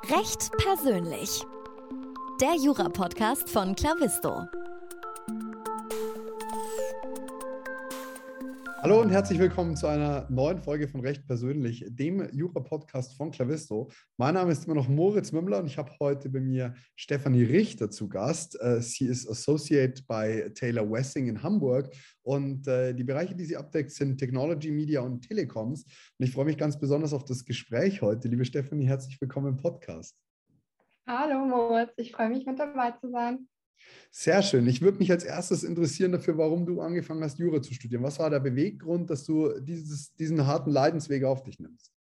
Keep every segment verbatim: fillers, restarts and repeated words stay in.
Recht persönlich. Der Jura-Podcast von Clavisto. Hallo und herzlich willkommen zu einer neuen Folge von Recht persönlich, dem Jura-Podcast von Clavisto. Mein Name ist immer noch Moritz Mümmler und ich habe heute bei mir Stefanie Richter zu Gast. Sie ist Associate bei Taylor Wessing in Hamburg und die Bereiche, die sie abdeckt, sind Technology, Media und Telecoms. Und ich freue mich ganz besonders auf das Gespräch heute. Liebe Stefanie, herzlich willkommen im Podcast. Hallo Moritz, ich freue mich, mit dabei zu sein. Sehr schön. Ich würde mich als erstes interessieren dafür, warum du angefangen hast, Jura zu studieren. Was war der Beweggrund, dass du dieses, diesen harten Leidensweg auf dich nimmst?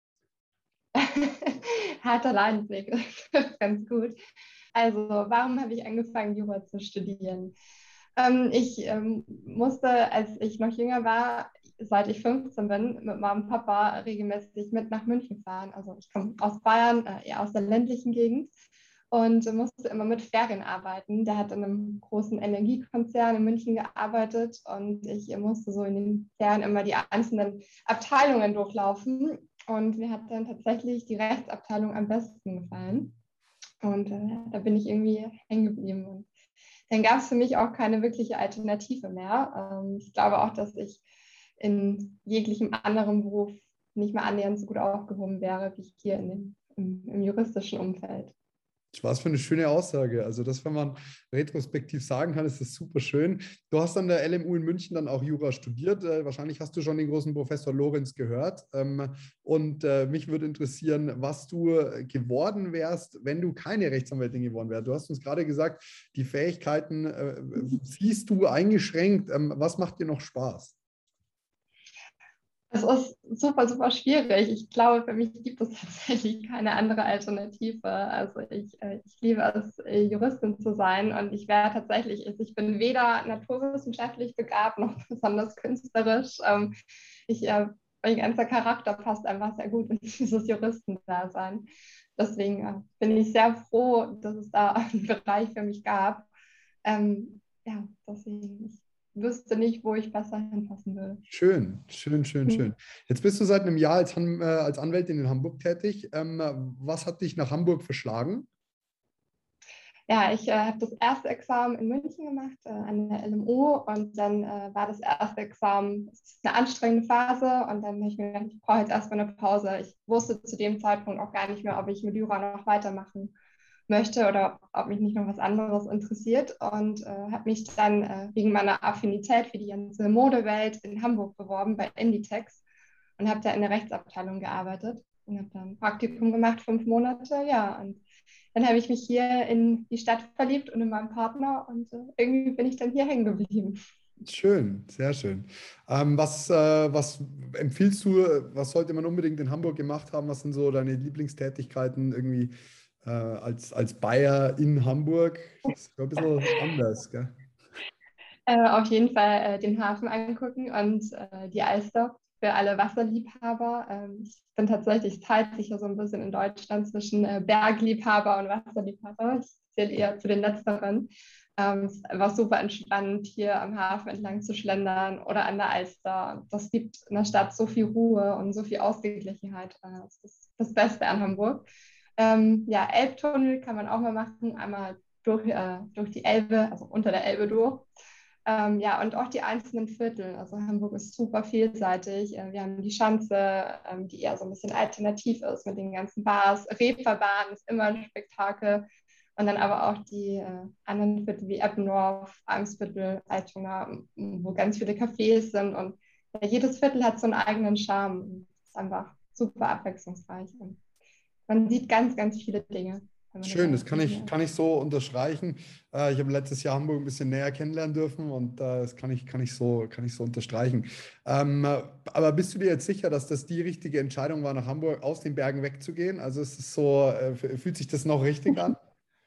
Harter Leidensweg, das ist ganz gut. Also, warum habe ich angefangen, Jura zu studieren? Ähm, ich ähm, musste, als ich noch jünger war, seit ich fünfzehn bin, mit meinem Papa regelmäßig mit nach München fahren. Also ich komme aus Bayern, äh, eher aus der ländlichen Gegend. Und musste immer mit Ferien arbeiten. Der hat in einem großen Energiekonzern in München gearbeitet und ich musste so in den Ferien immer die einzelnen Abteilungen durchlaufen. Und mir hat dann tatsächlich die Rechtsabteilung am besten gefallen. Und äh, da bin ich irgendwie hängen geblieben. Und dann gab es für mich auch keine wirkliche Alternative mehr. Ähm, ich glaube auch, dass ich in jeglichem anderen Beruf nicht mehr annähernd so gut aufgehoben wäre, wie ich hier in dem, im, im juristischen Umfeld. Was für eine schöne Aussage. Also das, wenn man retrospektiv sagen kann, ist das super schön. Du hast an der L M U in München dann auch Jura studiert. Äh, wahrscheinlich hast du schon den großen Professor Lorenz gehört. Ähm, und äh, mich würde interessieren, was du geworden wärst, wenn du keine Rechtsanwältin geworden wärst. Du hast uns gerade gesagt, die Fähigkeiten äh, siehst du eingeschränkt. Ähm, was macht dir noch Spaß? Das ist super, super schwierig. Ich glaube, für mich gibt es tatsächlich keine andere Alternative. Also ich, ich liebe es, Juristin zu sein und ich wäre tatsächlich, ich bin weder naturwissenschaftlich begabt noch besonders künstlerisch. Ich, mein ganzer Charakter passt einfach sehr gut in dieses Juristendasein. Deswegen bin ich sehr froh, dass es da einen Bereich für mich gab. Ähm, ja, deswegen, ich wüsste nicht, wo ich besser hinpassen würde. Schön, schön, schön, schön. Jetzt bist du seit einem Jahr als, Han- äh, als Anwältin in Hamburg tätig. Ähm, was hat dich nach Hamburg verschlagen? Ja, ich äh, habe das erste Examen in München gemacht, äh, an der L M U. Und dann äh, war das erste Examen, das ist eine anstrengende Phase. Und dann habe ich mir gedacht, ich brauche jetzt erstmal eine Pause. Ich wusste zu dem Zeitpunkt auch gar nicht mehr, ob ich mit Jura noch weitermachen möchte oder ob mich nicht noch was anderes interessiert. Und äh, habe mich dann äh, wegen meiner Affinität für die ganze Modewelt in Hamburg beworben bei Inditex und habe da in der Rechtsabteilung gearbeitet und habe dann ein Praktikum gemacht, fünf Monate, ja. Und dann habe ich mich hier in die Stadt verliebt und in meinen Partner und äh, irgendwie bin ich dann hier hängen geblieben. Schön, sehr schön. Ähm, was, äh, was empfiehlst du, was sollte man unbedingt in Hamburg gemacht haben? Was sind so deine Lieblingstätigkeiten irgendwie äh, als, als Bayer in Hamburg? Das ist ja ein bisschen anders, gell? Äh, auf jeden Fall äh, den Hafen angucken und äh, die Alster für alle Wasserliebhaber. Ähm, ich bin tatsächlich, es teilt sich ja so ein bisschen in Deutschland zwischen äh, Bergliebhaber und Wasserliebhaber. Ich zähle eher zu den Letzteren. Ähm, es ist einfach super entspannt, hier am Hafen entlang zu schlendern oder an der Alster. Das gibt in der Stadt so viel Ruhe und so viel Ausgeglichenheit. Äh, das ist das Beste an Hamburg. Ähm, ja, Elbtunnel kann man auch mal machen, einmal durch, äh, durch die Elbe, also unter der Elbe durch. Ähm, ja, und auch die einzelnen Viertel. Also Hamburg ist super vielseitig. Äh, wir haben die Schanze, ähm, die eher so ein bisschen alternativ ist mit den ganzen Bars. Reeperbahn ist immer ein Spektakel. Und dann aber auch die äh, anderen Viertel wie Eppendorf, Eimsbüttel, Altona, wo ganz viele Cafés sind. Und ja, jedes Viertel hat so einen eigenen Charme. Und das ist einfach super abwechslungsreich. Und man sieht ganz, ganz viele Dinge, wenn man Schön, dabei das kann ich, ist. kann ich so unterstreichen. Äh, ich habe letztes Jahr Hamburg ein bisschen näher kennenlernen dürfen und äh, das kann ich, kann ich so, kann ich so unterstreichen. Ähm, äh, aber bist du dir jetzt sicher, dass das die richtige Entscheidung war, nach Hamburg aus den Bergen wegzugehen? Also ist es so, äh, fühlt sich das noch richtig an?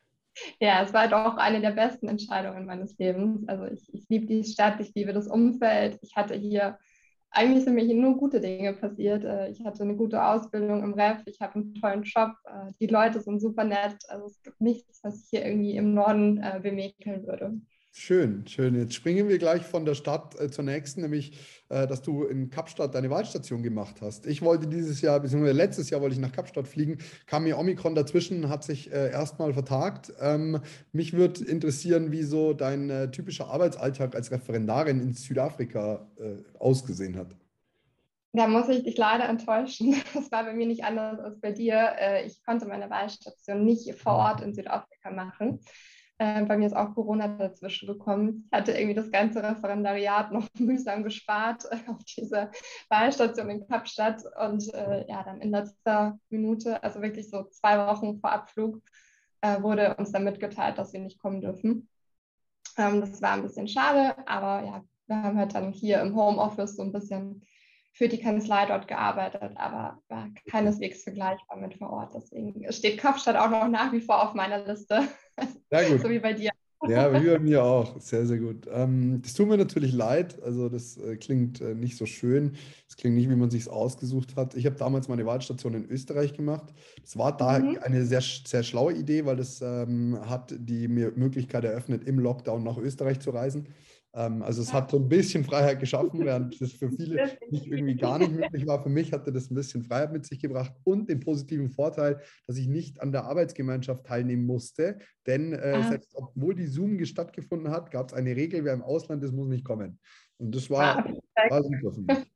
Ja, es war doch eine der besten Entscheidungen meines Lebens. Also ich, ich liebe die Stadt, ich liebe das Umfeld. Ich hatte hier, eigentlich sind mir hier nur gute Dinge passiert. Äh, Ich hatte eine gute Ausbildung im Ref, ich habe einen tollen Job, äh, die Leute sind super nett. Also es gibt nichts, was ich hier irgendwie im Norden äh, bemäkeln würde. Schön, schön. Jetzt springen wir gleich von der Stadt äh, zur nächsten, nämlich, äh, dass du in Kapstadt deine Wahlstation gemacht hast. Ich wollte dieses Jahr, beziehungsweise letztes Jahr wollte ich nach Kapstadt fliegen, kam mir Omikron dazwischen, hat sich äh, erstmal vertagt. Ähm, mich würde interessieren, wie so dein äh, typischer Arbeitsalltag als Referendarin in Südafrika äh, ausgesehen hat. Da muss ich dich leider enttäuschen. Das war bei mir nicht anders als bei dir. Äh, Ich konnte meine Wahlstation nicht vor Ort in Südafrika machen. Äh, Bei mir ist auch Corona dazwischen gekommen. Ich hatte irgendwie das ganze Referendariat noch mühsam gespart äh, auf diese Wahlstation in Kapstadt. Und äh, ja, dann in letzter Minute, also wirklich so zwei Wochen vor Abflug, äh, wurde uns dann mitgeteilt, dass wir nicht kommen dürfen. Ähm, das war ein bisschen schade, aber ja, wir haben halt dann hier im Homeoffice so ein bisschen für die Kanzlei dort gearbeitet, aber war keineswegs vergleichbar mit vor Ort. Deswegen steht Kapstadt auch noch nach wie vor auf meiner Liste, Sehr gut. so wie bei dir. Ja, wie bei mir auch. Sehr, sehr gut. Ähm, das tut mir natürlich leid. Also das äh, klingt äh, nicht so schön. Das klingt nicht, wie man sich es ausgesucht hat. Ich habe damals meine Wahlstation in Österreich gemacht. Das war da Mhm. eine sehr, sch- sehr schlaue Idee, weil das ähm, hat die mir Möglichkeit eröffnet, im Lockdown nach Österreich zu reisen. Ähm, also es Ja. hat so ein bisschen Freiheit geschaffen, während das für viele nicht irgendwie gar nicht Definitiv. möglich war. Für mich hatte das ein bisschen Freiheit mit sich gebracht und den positiven Vorteil, dass ich nicht an der Arbeitsgemeinschaft teilnehmen musste. Denn äh, Ah, selbst obwohl die Zoom stattgefunden hat, gab es eine Regel, wer im Ausland ist, muss nicht kommen. Und das war, ah, perfekt. war super für mich.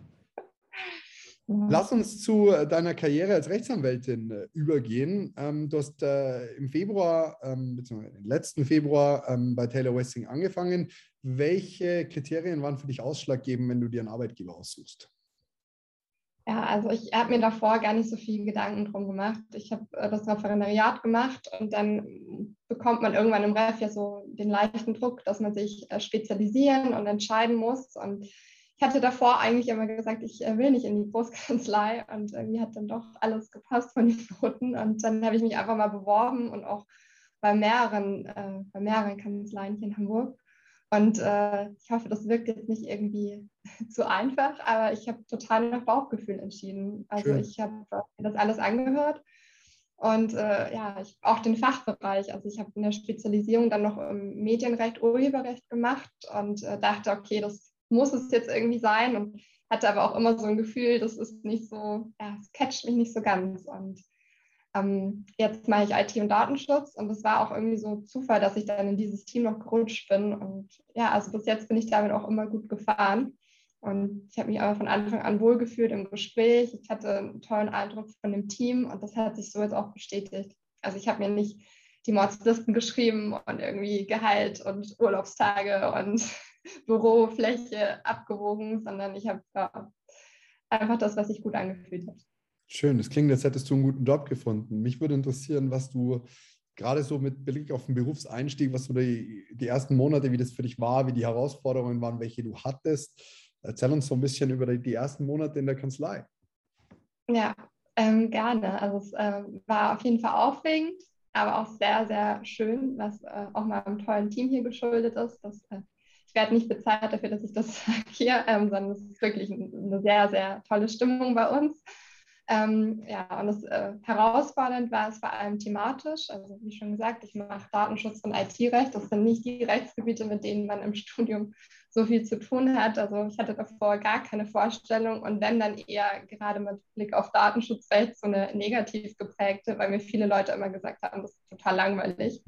Ja. Lass uns zu äh, deiner Karriere als Rechtsanwältin äh, übergehen. Ähm, du hast äh, im Februar, ähm, beziehungsweise im letzten Februar ähm, bei Taylor Wessing angefangen. Welche Kriterien waren für dich ausschlaggebend, wenn du dir einen Arbeitgeber aussuchst? Ja, also ich habe mir davor gar nicht so viel Gedanken drum gemacht. Ich habe äh, das Referendariat gemacht und dann bekommt man irgendwann im Ref ja so den leichten Druck, dass man sich äh, spezialisieren und entscheiden muss. Und ich hatte davor eigentlich immer gesagt, ich äh, will nicht in die Großkanzlei und irgendwie hat dann doch alles gepasst von den Noten. Und dann habe ich mich einfach mal beworben und auch bei mehreren, äh, bei mehreren Kanzleien hier in Hamburg. Und äh, ich hoffe, das wirkt jetzt nicht irgendwie zu einfach, aber ich habe total nach Bauchgefühl entschieden. Also Schön. ich habe mir das alles angehört und äh, ja, ich, auch den Fachbereich. Also ich habe in der Spezialisierung dann noch im Medienrecht, Urheberrecht gemacht und äh, dachte, okay, das muss es jetzt irgendwie sein und hatte aber auch immer so ein Gefühl, das ist nicht so, ja, es catcht mich nicht so ganz. Und ähm, jetzt mache ich I T und Datenschutz und es war auch irgendwie so Zufall, dass ich dann in dieses Team noch gerutscht bin. Und ja, also bis jetzt bin ich damit auch immer gut gefahren. Und ich habe mich aber von Anfang an wohlgefühlt im Gespräch. Ich hatte einen tollen Eindruck von dem Team und das hat sich so jetzt auch bestätigt. Also ich habe mir nicht die Mordslisten geschrieben und irgendwie Gehalt und Urlaubstage und Bürofläche abgewogen, sondern ich habe ja, einfach das, was sich gut angefühlt hat. Schön, das klingt, als hättest du einen guten Job gefunden. Mich würde interessieren, was du gerade so mit Blick auf den Berufseinstieg, was so die, die ersten Monate, wie das für dich war, wie die Herausforderungen waren, welche du hattest. Erzähl uns so ein bisschen über die, die ersten Monate in der Kanzlei. Ja, ähm, gerne. Also es äh, war auf jeden Fall aufregend, aber auch sehr, sehr schön, was äh, auch meinem tollen Team hier geschuldet ist. Das, äh, ich werde nicht bezahlt dafür, dass ich das sage hier, ähm, sondern es ist wirklich ein, eine sehr, sehr tolle Stimmung bei uns. Ähm, ja, und das äh, herausfordernd war es vor allem thematisch. Also wie schon gesagt, ich mache Datenschutz und I T-Recht. Das sind nicht die Rechtsgebiete, mit denen man im Studium so viel zu tun hat. Also ich hatte davor gar keine Vorstellung und wenn dann eher gerade mit Blick auf Datenschutzrecht so eine negativ geprägte, weil mir viele Leute immer gesagt haben, das ist total langweilig.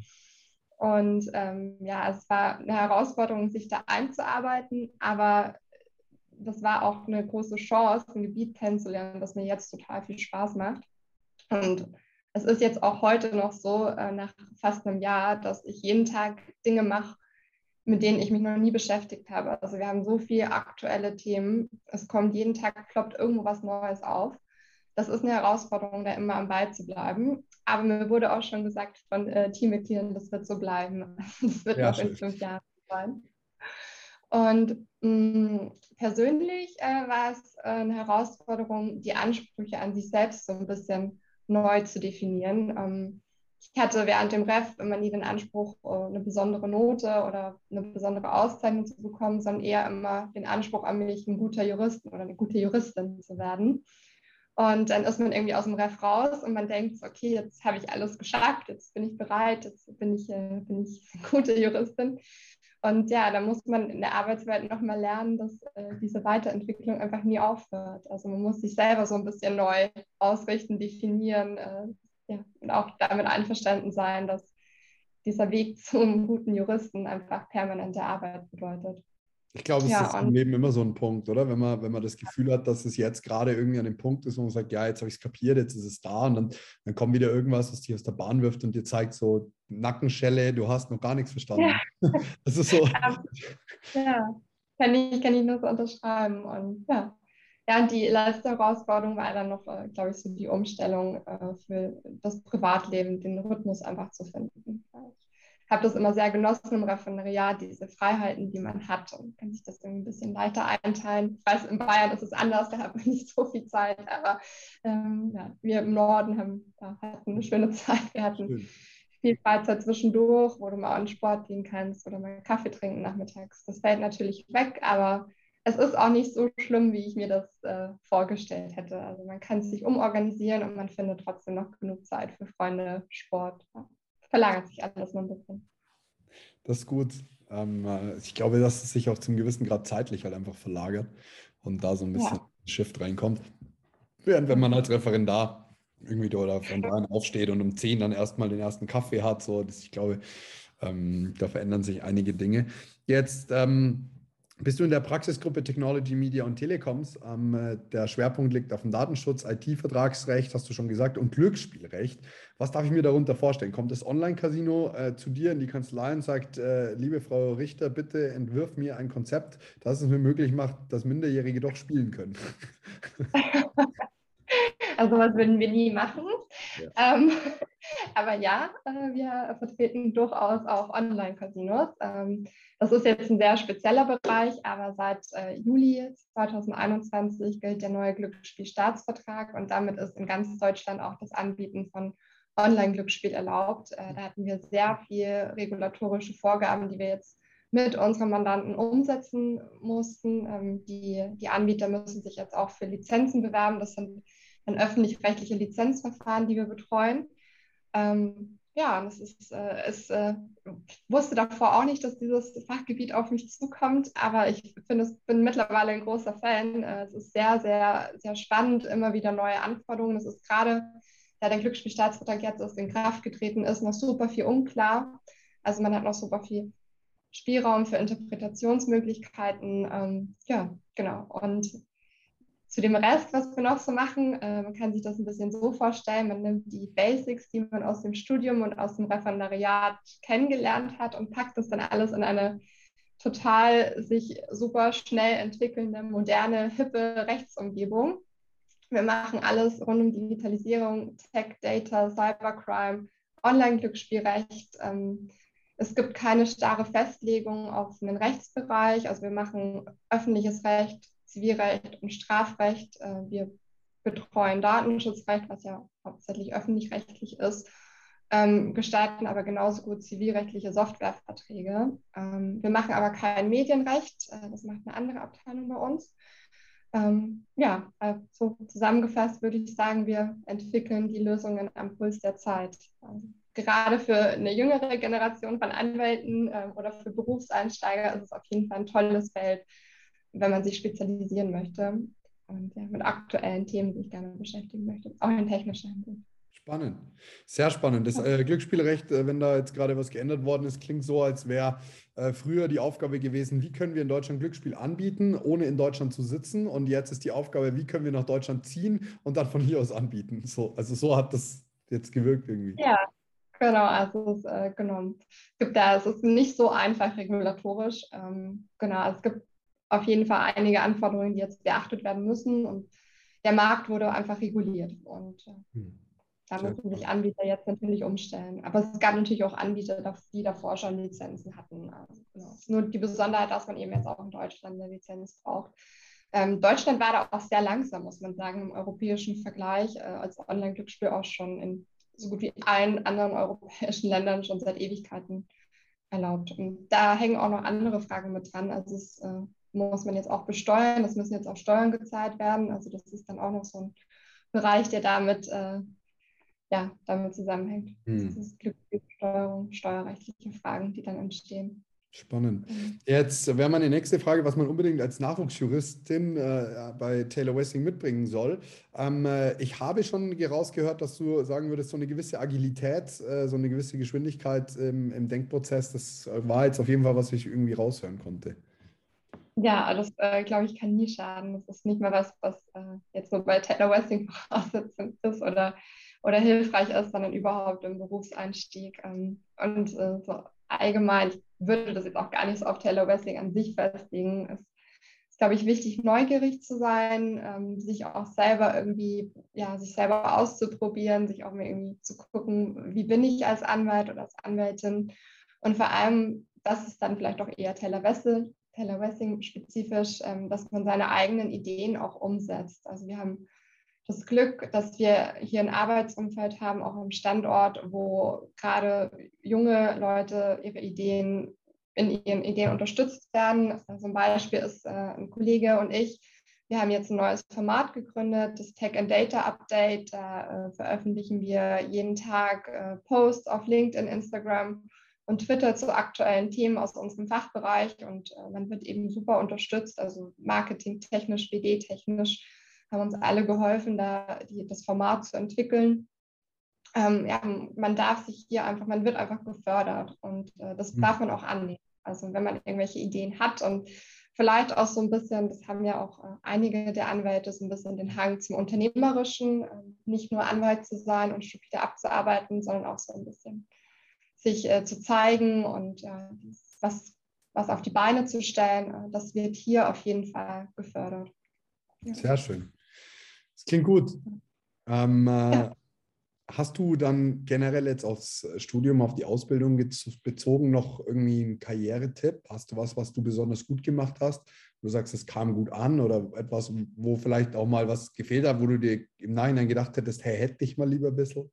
Und ähm, ja, es war eine Herausforderung, sich da einzuarbeiten, aber das war auch eine große Chance, ein Gebiet kennenzulernen, das mir jetzt total viel Spaß macht. Und es ist jetzt auch heute noch so, äh, nach fast einem Jahr, dass ich jeden Tag Dinge mache, mit denen ich mich noch nie beschäftigt habe. Also wir haben so viele aktuelle Themen. Es kommt jeden Tag, ploppt irgendwo was Neues auf. Das ist eine Herausforderung, da immer am Ball zu bleiben. Aber mir wurde auch schon gesagt von äh, Teammitgliedern, das wird so bleiben. Das wird Ja, noch in schön. fünf Jahren sein. Und mh, persönlich äh, war es äh, eine Herausforderung, die Ansprüche an sich selbst so ein bisschen neu zu definieren. Ähm, ich hatte während dem Ref immer nie den Anspruch, äh, eine besondere Note oder eine besondere Auszeichnung zu bekommen, sondern eher immer den Anspruch an mich, ein guter Jurist oder eine gute Juristin zu werden. Und dann ist man irgendwie aus dem Ref raus und man denkt, okay, jetzt habe ich alles geschafft, jetzt bin ich bereit, jetzt bin ich, äh, bin ich eine gute Juristin. Und ja, da muss man in der Arbeitswelt nochmal lernen, dass äh, diese Weiterentwicklung einfach nie aufhört. Also man muss sich selber so ein bisschen neu ausrichten, definieren, äh, ja, und auch damit einverstanden sein, dass dieser Weg zum guten Juristen einfach permanente Arbeit bedeutet. Ich glaube, es ist Ja, im und Leben immer so ein Punkt, oder? Wenn man, wenn man das Gefühl hat, dass es jetzt gerade irgendwie an dem Punkt ist, wo man sagt, ja, jetzt habe ich es kapiert, jetzt ist es da und dann, dann kommt wieder irgendwas, was dich aus der Bahn wirft und dir zeigt so Nackenschelle, du hast noch gar nichts verstanden. ja, Das ist so. ja, kann ich, kann ich nur so unterschreiben. Und ja, ja, und die letzte Herausforderung war dann noch, äh, glaube ich, so die Umstellung äh, für das Privatleben, den Rhythmus einfach zu finden. Ich habe das immer sehr genossen im Referendariat, diese Freiheiten, die man hat, und kann sich das irgendwie ein bisschen leichter einteilen. Ich weiß, in Bayern ist es anders, da hat man nicht so viel Zeit, aber ähm, ja, wir im Norden haben, ja, hatten eine schöne Zeit. Wir hatten Schön. viel Freizeit zwischendurch, wo du mal an den Sport gehen kannst oder mal Kaffee trinken nachmittags. Das fällt natürlich weg, aber es ist auch nicht so schlimm, wie ich mir das äh, vorgestellt hätte. Also man kann sich umorganisieren und man findet trotzdem noch genug Zeit für Freunde, Sport. Ja. Verlagert sich alles nur ein bisschen. Das ist gut. Ähm, ich glaube, dass es sich auch zum gewissen Grad zeitlich halt einfach verlagert und da so ein bisschen Ja. Shift reinkommt. Während wenn man als Referendar irgendwie oder Referendarin aufsteht und um zehn dann erstmal den ersten Kaffee hat, so, das, ich glaube, ähm, da verändern sich einige Dinge. Jetzt ähm, bist du in der Praxisgruppe Technology, Media und Telecoms. Ähm, äh, der Schwerpunkt liegt auf dem Datenschutz, I T-Vertragsrecht, hast du schon gesagt, und Glücksspielrecht. Was darf ich mir darunter vorstellen? Kommt das Online-Casino äh, zu dir in die Kanzlei und sagt, äh, liebe Frau Richter, bitte entwirf mir ein Konzept, das es mir möglich macht, dass Minderjährige doch spielen können? Also was würden wir nie machen. Ja. Ähm, aber ja, äh, wir vertreten durchaus auch Online-Casinos. Ähm, das ist jetzt ein sehr spezieller Bereich, aber seit äh, Juli zweitausendeinundzwanzig gilt der neue Glücksspielstaatsvertrag und damit ist in ganz Deutschland auch das Anbieten von Online-Glücksspiel erlaubt. Äh, da hatten wir sehr viel regulatorische Vorgaben, die wir jetzt mit unseren Mandanten umsetzen mussten. Ähm, die, die Anbieter müssen sich jetzt auch für Lizenzen bewerben. Das sind dann öffentlich-rechtliche Lizenzverfahren, die wir betreuen. Ähm, ja, das ist, äh, ist äh, ich wusste davor auch nicht, dass dieses Fachgebiet auf mich zukommt, aber ich finde, es bin mittlerweile ein großer Fan. Äh, es ist sehr, sehr, sehr spannend, immer wieder neue Anforderungen. Es ist gerade, da der Glücksspielstaatsvertrag jetzt erst in Kraft getreten ist, noch super viel unklar. Also man hat noch super viel Spielraum für Interpretationsmöglichkeiten. Ähm, ja, genau. Und zu dem Rest, was wir noch so machen, äh, man kann sich das ein bisschen so vorstellen, man nimmt die Basics, die man aus dem Studium und aus dem Referendariat kennengelernt hat und packt das dann alles in eine total sich super schnell entwickelnde, moderne, hippe Rechtsumgebung. Wir machen alles rund um Digitalisierung, Tech, Data, Cybercrime, Online-Glücksspielrecht. Ähm, es gibt keine starre Festlegung auf einen Rechtsbereich. Also wir machen öffentliches Recht, Zivilrecht und Strafrecht. Äh, wir betreuen Datenschutzrecht, was ja hauptsächlich öffentlich-rechtlich ist, ähm, gestalten aber genauso gut zivilrechtliche Softwareverträge. Ähm, wir machen aber kein Medienrecht. Äh, das macht eine andere Abteilung bei uns. Ähm, ja, so zusammengefasst würde ich sagen, wir entwickeln die Lösungen am Puls der Zeit. Also gerade für eine jüngere Generation von Anwälten äh, oder für Berufseinsteiger ist es auf jeden Fall ein tolles Feld, wenn man sich spezialisieren möchte und ja, mit aktuellen Themen sich gerne beschäftigen möchte, auch in technischer Hinsicht. Spannend, sehr spannend. Das Ja. äh, Glücksspielrecht, äh, wenn da jetzt gerade was geändert worden ist, klingt so, als wäre äh, früher die Aufgabe gewesen, wie können wir in Deutschland Glücksspiel anbieten, ohne in Deutschland zu sitzen. Und jetzt ist die Aufgabe, wie können wir nach Deutschland ziehen und dann von hier aus anbieten. So, also so hat das jetzt gewirkt irgendwie. Ja, genau, also es, äh, genau. Es gibt da, es ist nicht so einfach regulatorisch. Ähm, genau, es gibt auf jeden Fall einige Anforderungen, die jetzt beachtet werden müssen und der Markt wurde einfach reguliert und äh, Hm. da Sehr müssen sich spannend. Anbieter jetzt natürlich umstellen. Aber es gab natürlich auch Anbieter, die davor schon Lizenzen hatten. Also, genau. Nur die Besonderheit, dass man eben jetzt auch in Deutschland eine Lizenz braucht. Ähm, Deutschland war da auch sehr langsam, muss man sagen, im europäischen Vergleich, äh, als Online-Glücksspiel auch schon in so gut wie allen anderen europäischen Ländern schon seit Ewigkeiten erlaubt. Und da hängen auch noch andere Fragen mit dran. Also es äh, muss man jetzt auch besteuern, es müssen jetzt auch Steuern gezahlt werden. Also das ist dann auch noch so ein Bereich, der damit, äh, ja, damit zusammenhängt. Das Hm. ist Glücksspielsteuerung, steuerrechtliche Fragen, die dann entstehen. Spannend. Jetzt wäre meine nächste Frage, was man unbedingt als Nachwuchsjuristin äh, bei Taylor Wessing mitbringen soll. Ähm, äh, ich habe schon herausgehört, dass du sagen würdest, so eine gewisse Agilität, äh, so eine gewisse Geschwindigkeit im, im Denkprozess, das war jetzt auf jeden Fall, was ich irgendwie raushören konnte. Ja, das äh, glaube ich kann nie schaden. Das ist nicht mal was, was äh, jetzt nur bei Taylor Wessing Voraussetzung ist oder, oder hilfreich ist, sondern überhaupt im Berufseinstieg. Ähm, und äh, so allgemein, ich würde das jetzt auch gar nicht so auf Taylor Wessing an sich festlegen. Es ist, glaube ich, wichtig, neugierig zu sein, ähm, sich auch selber irgendwie, ja, sich selber auszuprobieren, sich auch mal irgendwie zu gucken, wie bin ich als Anwalt oder als Anwältin. Und vor allem, das ist dann vielleicht auch eher Taylor Wessing, Taylor Wessing spezifisch, ähm, dass man seine eigenen Ideen auch umsetzt. Also wir haben das Glück, dass wir hier ein Arbeitsumfeld haben, auch am Standort, wo gerade junge Leute ihre Ideen in ihren Ideen unterstützt werden. Also ein Beispiel ist äh, ein Kollege und ich. Wir haben jetzt ein neues Format gegründet, das Tech and Data Update. Da äh, veröffentlichen wir jeden Tag äh, Posts auf LinkedIn, Instagram und Twitter zu aktuellen Themen aus unserem Fachbereich. Und äh, man wird eben super unterstützt, also marketingtechnisch, B D-technisch haben uns alle geholfen, da die, das Format zu entwickeln. Ähm, ja, man darf sich hier einfach, man wird einfach gefördert und äh, das mhm. darf man auch annehmen. Also wenn man irgendwelche Ideen hat und vielleicht auch so ein bisschen, das haben ja auch äh, einige der Anwälte, so ein bisschen den Hang zum Unternehmerischen, äh, nicht nur Anwalt zu sein und stupide abzuarbeiten, sondern auch so ein bisschen sich äh, zu zeigen und äh, was, was auf die Beine zu stellen, äh, das wird hier auf jeden Fall gefördert. Ja. Sehr schön. Das klingt gut. Ähm, ja. äh, hast du dann generell jetzt aufs Studium, auf die Ausbildung bezogen noch irgendwie einen Karrieretipp? Hast du was, was du besonders gut gemacht hast? Du sagst, es kam gut an oder etwas, wo vielleicht auch mal was gefehlt hat, wo du dir im Nachhinein gedacht hättest, hey, hätte ich mal lieber ein bisschen?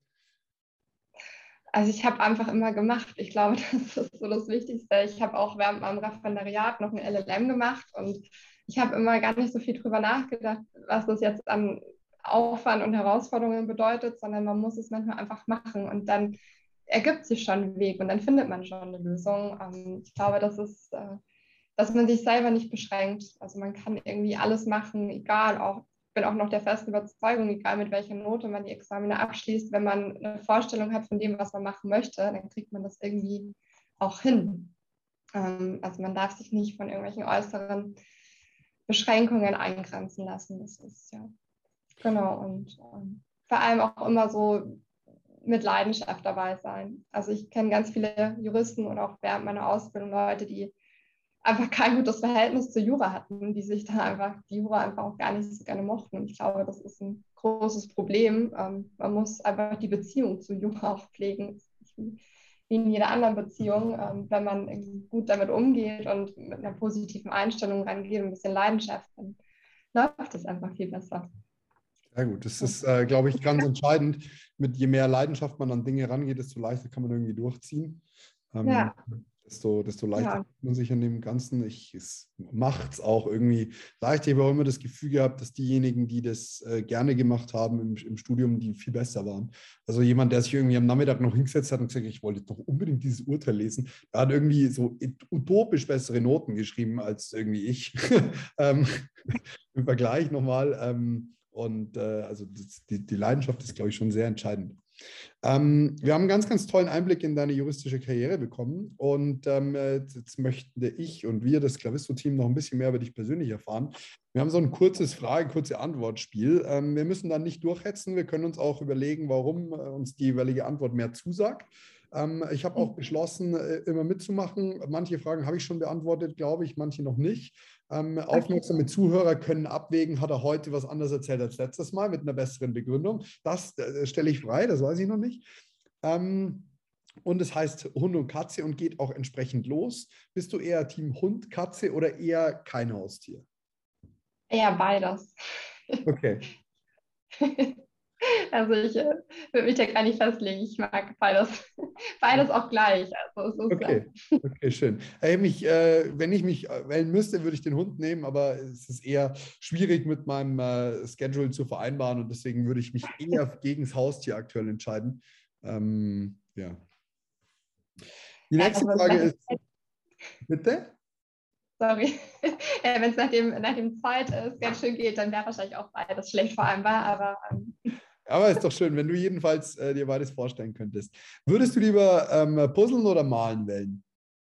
Also ich habe einfach immer gemacht. Ich glaube, das ist so das Wichtigste. Ich habe auch während meinem Referendariat noch ein L L M gemacht und ich habe immer gar nicht so viel drüber nachgedacht, was das jetzt an Aufwand und Herausforderungen bedeutet, sondern man muss es manchmal einfach machen und dann ergibt sich schon ein Weg und dann findet man schon eine Lösung. Ich glaube, das ist, dass man sich selber nicht beschränkt. Also man kann irgendwie alles machen, egal auch. Ich bin auch noch der festen Überzeugung, egal mit welcher Note man die Examine abschließt, wenn man eine Vorstellung hat von dem, was man machen möchte, dann kriegt man das irgendwie auch hin. Also man darf sich nicht von irgendwelchen äußeren Beschränkungen eingrenzen lassen. Das ist ja genau und ähm, vor allem auch immer so mit Leidenschaft dabei sein. Also ich kenne ganz viele Juristen und auch während meiner Ausbildung Leute, die einfach kein gutes Verhältnis zur Jura hatten, die sich dann einfach, die Jura einfach auch gar nicht so gerne mochten. Und ich glaube, das ist ein großes Problem. Ähm, man muss einfach die Beziehung zur Jura auch pflegen, wie in jeder anderen Beziehung. Ähm, wenn man irgendwie gut damit umgeht und mit einer positiven Einstellung rangeht und ein bisschen Leidenschaft, dann läuft es einfach viel besser. Sehr gut. Das ist, äh, glaube ich, ganz entscheidend. Mit je mehr Leidenschaft man an Dinge rangeht, desto leichter kann man irgendwie durchziehen. Ähm, ja. Desto, desto leichter fühlt man sich an dem Ganzen. Ich, es macht es auch irgendwie leichter. Ich habe auch immer das Gefühl gehabt, dass diejenigen, die das äh, gerne gemacht haben im, im Studium, die viel besser waren. Also jemand, der sich irgendwie am Nachmittag noch hingesetzt hat und gesagt hat, ich wollte doch unbedingt dieses Urteil lesen, der hat irgendwie so utopisch bessere Noten geschrieben als irgendwie ich. ähm, im Vergleich nochmal. Ähm, und äh, also das, die, die Leidenschaft ist, glaube ich, schon sehr entscheidend. Ähm, wir haben einen ganz, ganz tollen Einblick in deine juristische Karriere bekommen und ähm, jetzt möchten ich und wir, das Clavisto-Team, noch ein bisschen mehr über dich persönlich erfahren. Wir haben so ein kurzes Frage-, kurze Antwortspiel. Ähm, wir müssen dann nicht durchhetzen, wir können uns auch überlegen, warum uns die jeweilige Antwort mehr zusagt. Ähm, ich habe auch beschlossen, immer mitzumachen. Manche Fragen habe ich schon beantwortet, glaube ich, manche noch nicht. Ähm, aufmerksame Zuhörer können abwägen, hat er heute was anderes erzählt als letztes Mal mit einer besseren Begründung. Das äh, stelle ich frei, das weiß ich noch nicht. Ähm, und es heißt Hund und Katze und geht auch entsprechend los. Bist du eher Team Hund, Katze oder eher kein Haustier? Eher beides. Okay. Also ich äh, würde mich da gar nicht festlegen. Ich mag beides, beides auch gleich. Also es ist, okay. Ja. Okay, schön. Äh, mich, äh, wenn ich mich wählen müsste, würde ich den Hund nehmen, aber es ist eher schwierig mit meinem äh, Schedule zu vereinbaren und deswegen würde ich mich eher gegen das Haustier aktuell entscheiden. Ähm, ja. Die nächste Also, Frage ist, Bitte? Sorry. Ja, wenn es nach dem, nach dem Zeit ist, ganz schön geht, dann wäre wahrscheinlich auch beides schlecht vereinbar, aber ähm, Aber ist doch schön, wenn du jedenfalls äh, dir beides vorstellen könntest. Würdest du lieber ähm, puzzeln oder malen wählen?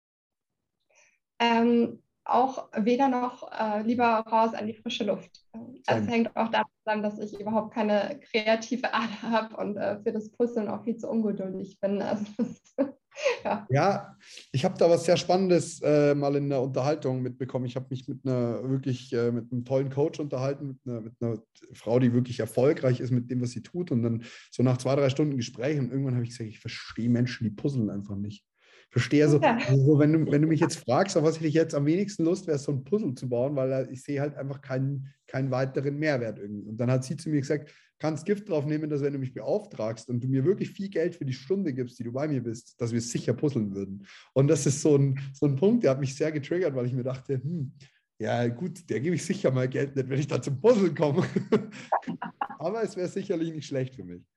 ähm, auch weder noch äh, lieber raus an die frische Luft. Ähm, Also es Same. hängt auch damit zusammen, dass ich überhaupt keine kreative Ader habe und äh, für das Puzzeln auch viel zu ungeduldig bin. Also das, ja. Ja, ich habe da was sehr Spannendes äh, mal in der Unterhaltung mitbekommen. Ich habe mich mit einer wirklich, äh, mit einem tollen Coach unterhalten, mit einer, mit einer Frau, die wirklich erfolgreich ist mit dem, was sie tut. Und dann so nach zwei, drei Stunden Gespräch und irgendwann habe ich gesagt, ich verstehe Menschen, die puzzeln einfach nicht. Ich verstehe also, Ja. also wenn du, wenn du mich jetzt fragst, auf was hätte ich jetzt am wenigsten Lust, wäre es so ein Puzzle zu bauen, weil äh, ich sehe halt einfach keinen, keinen weiteren Mehrwert irgendwie. Und dann hat sie zu mir gesagt, kannst Gift drauf nehmen, dass wenn du mich beauftragst und du mir wirklich viel Geld für die Stunde gibst, die du bei mir bist, dass wir sicher puzzeln würden. Und das ist so ein, so ein Punkt, der hat mich sehr getriggert, weil ich mir dachte, hm, ja gut, der gebe ich sicher mal Geld nicht, wenn ich da zum Puzzeln komme. Aber es wäre sicherlich nicht schlecht für mich.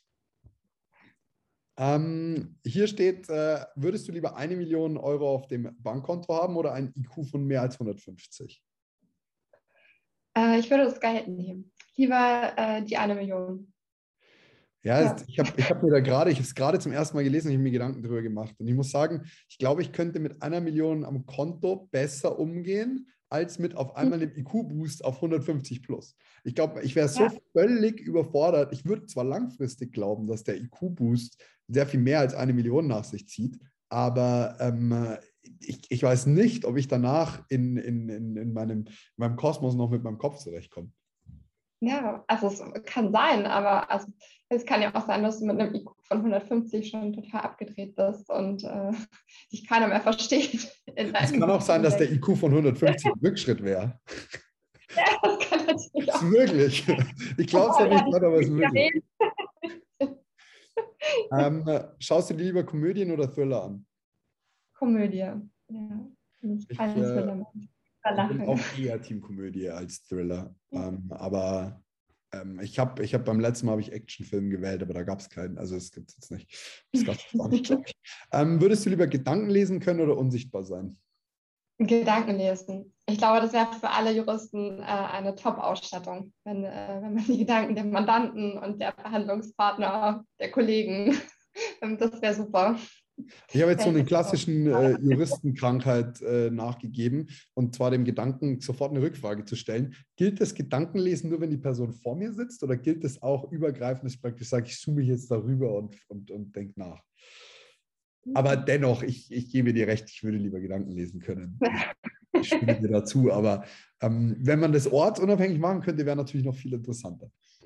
Ähm, hier steht, äh, würdest du lieber eine Million Euro auf dem Bankkonto haben oder ein I Q von mehr als hundertfünfzig? Äh, ich würde das Geld nehmen. Lieber äh, die eine Million. Ja, Ja. ich habe ich hab mir da gerade, ich habe es gerade zum ersten Mal gelesen und ich habe mir Gedanken darüber gemacht. Und ich muss sagen, ich glaube, ich könnte mit einer Million am Konto besser umgehen, als mit auf einmal einem I Q-Boost auf hundertfünfzig plus. Ich glaube, ich wäre so Ja. völlig überfordert. Ich würde zwar langfristig glauben, dass der I Q-Boost sehr viel mehr als eine Million nach sich zieht, aber ähm, ich, ich weiß nicht, ob ich danach in, in, in, in, meinem, in meinem Kosmos noch mit meinem Kopf zurechtkomme. Ja, also es kann sein, aber also es kann ja auch sein, dass du mit einem I Q von hundertfünfzig schon total abgedreht bist und äh, dich keiner mehr versteht. In Es kann auch sein, dass der I Q von hundertfünfzig ein Rückschritt wäre. Ja, das kann natürlich Das ist auch. möglich. Ich glaube es ja nicht, aber es ist möglich. Reden. Ähm, schaust du dir lieber Komödien oder Thriller an? Komödie. Ja, ich Ich, kann äh, Thriller machen. ich bin Lachen. auch eher Teamkomödie als Thriller. Ja. Ähm, aber ähm, ich habe ich hab beim letzten Mal habe ich Actionfilm gewählt, aber da gab es keinen. Also es gibt es jetzt nicht. Das gab es gar nicht, glaube ich. Ähm, würdest du lieber Gedanken lesen können oder unsichtbar sein? Gedanken lesen. Ich glaube, das wäre für alle Juristen äh, eine Top-Ausstattung, wenn, äh, wenn man die Gedanken der Mandanten und der Verhandlungspartner, der Kollegen, das wäre super. Ich habe jetzt so Fällt eine das auch. klassischen äh, Juristenkrankheit äh, nachgegeben und zwar dem Gedanken, sofort eine Rückfrage zu stellen. Gilt das Gedankenlesen nur, wenn die Person vor mir sitzt oder gilt das auch übergreifend, dass ich praktisch sage, ich zoome jetzt darüber und, und, und denke nach? Aber dennoch, ich, ich gebe dir recht, ich würde lieber Gedanken lesen können. Ich, ich stimme dir dazu, aber ähm, wenn man das ortsunabhängig machen könnte, wäre natürlich noch viel interessanter.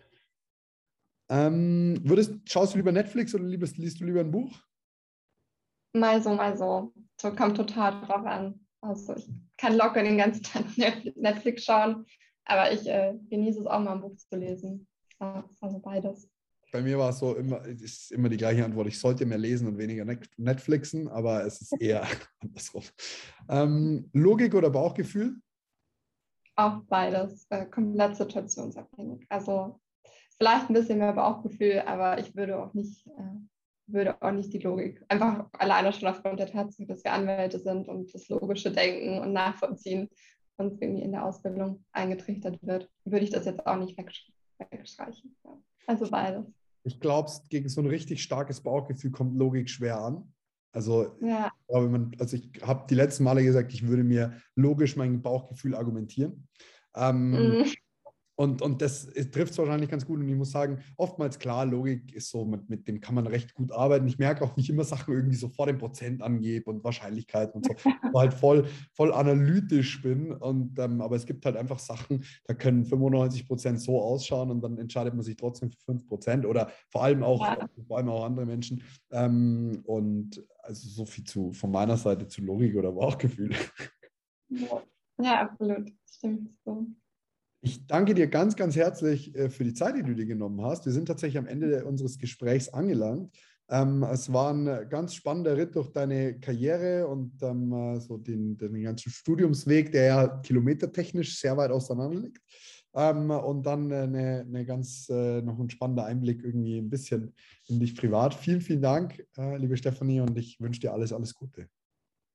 Ähm, würdest, schaust du lieber Netflix oder liebest, liest du lieber ein Buch? Mal so, mal so. So kommt total drauf an. Also ich kann locker den ganzen Tag Netflix schauen, aber ich äh, genieße es auch mal, ein Buch zu lesen. Ja, also beides. Bei mir war es so, immer, es ist immer die gleiche Antwort. Ich sollte mehr lesen und weniger Netflixen, aber es ist eher andersrum. Ähm, Logik oder Bauchgefühl? Auch beides. Äh, komplett situationsabhängig. Also vielleicht ein bisschen mehr Bauchgefühl, aber ich würde auch nicht, äh, würde auch nicht die Logik. Einfach alleine schon aufgrund der Tatsache, dass wir Anwälte sind und das logische Denken und Nachvollziehen uns irgendwie in der Ausbildung eingetrichtert wird, würde ich das jetzt auch nicht wegsch wegstreichen. Ja. Also beides. Ich glaube, gegen so ein richtig starkes Bauchgefühl kommt Logik schwer an. Also, Ja. aber man, also ich habe die letzten Male gesagt, ich würde mir logisch mein Bauchgefühl argumentieren. Ähm, Mm. Und, und das trifft es wahrscheinlich ganz gut. Und ich muss sagen, oftmals klar, Logik ist so, mit, mit dem kann man recht gut arbeiten. Ich merke auch, wie ich immer Sachen irgendwie so vor dem Prozent angebe und Wahrscheinlichkeiten und so, wo halt voll, voll analytisch bin. Und, ähm, aber es gibt halt einfach Sachen, da können fünfundneunzig Prozent so ausschauen und dann entscheidet man sich trotzdem für fünf Prozent oder vor allem auch, Ja. vor allem auch andere Menschen. Ähm, und also so viel zu, von meiner Seite zu Logik oder Bauchgefühl. Ja, absolut. Stimmt so. Ich danke dir ganz, ganz herzlich äh, für die Zeit, die du dir genommen hast. Wir sind tatsächlich am Ende unseres Gesprächs angelangt. Ähm, es war ein ganz spannender Ritt durch deine Karriere und ähm, so den, den ganzen Studiumsweg, der ja kilometertechnisch sehr weit auseinander liegt. Ähm, und dann eine, eine ganz, äh, noch ein spannender Einblick irgendwie ein bisschen in dich privat. Vielen, vielen Dank, äh, liebe Stefanie, und ich wünsche dir alles, alles Gute.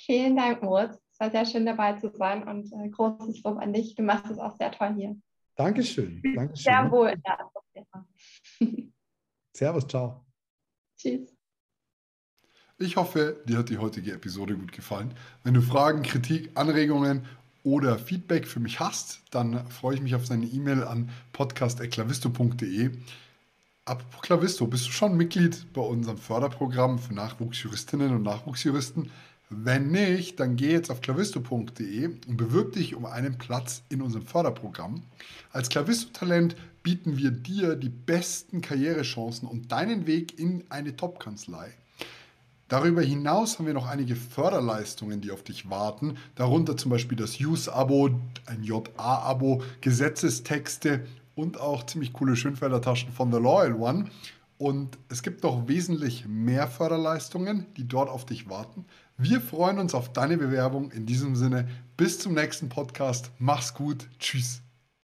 Vielen Dank, Moritz. Es war sehr schön dabei zu sein und äh, großes Lob an dich. Du machst es auch sehr toll hier. Dankeschön. Dankeschön. Sehr wohl in der Atmosphäre. Servus, ciao. Tschüss. Ich hoffe, dir hat die heutige Episode gut gefallen. Wenn du Fragen, Kritik, Anregungen oder Feedback für mich hast, dann freue ich mich auf deine E-Mail an podcast at clavisto punkt de. Apropos Clavisto, bist du schon Mitglied bei unserem Förderprogramm für Nachwuchsjuristinnen und Nachwuchsjuristen? Wenn nicht, dann geh jetzt auf clavisto punkt de und bewirb dich um einen Platz in unserem Förderprogramm. Als Clavisto-Talent bieten wir dir die besten Karrierechancen und deinen Weg in eine Top-Kanzlei. Darüber hinaus haben wir noch einige Förderleistungen, die auf dich warten, darunter zum Beispiel das Use-Abo, ein J A-Abo, Gesetzestexte und auch ziemlich coole Schönfelder-Taschen von The Loyal One. Und es gibt noch wesentlich mehr Förderleistungen, die dort auf dich warten. Wir freuen uns auf deine Bewerbung. In diesem Sinne, bis zum nächsten Podcast. Mach's gut. Tschüss.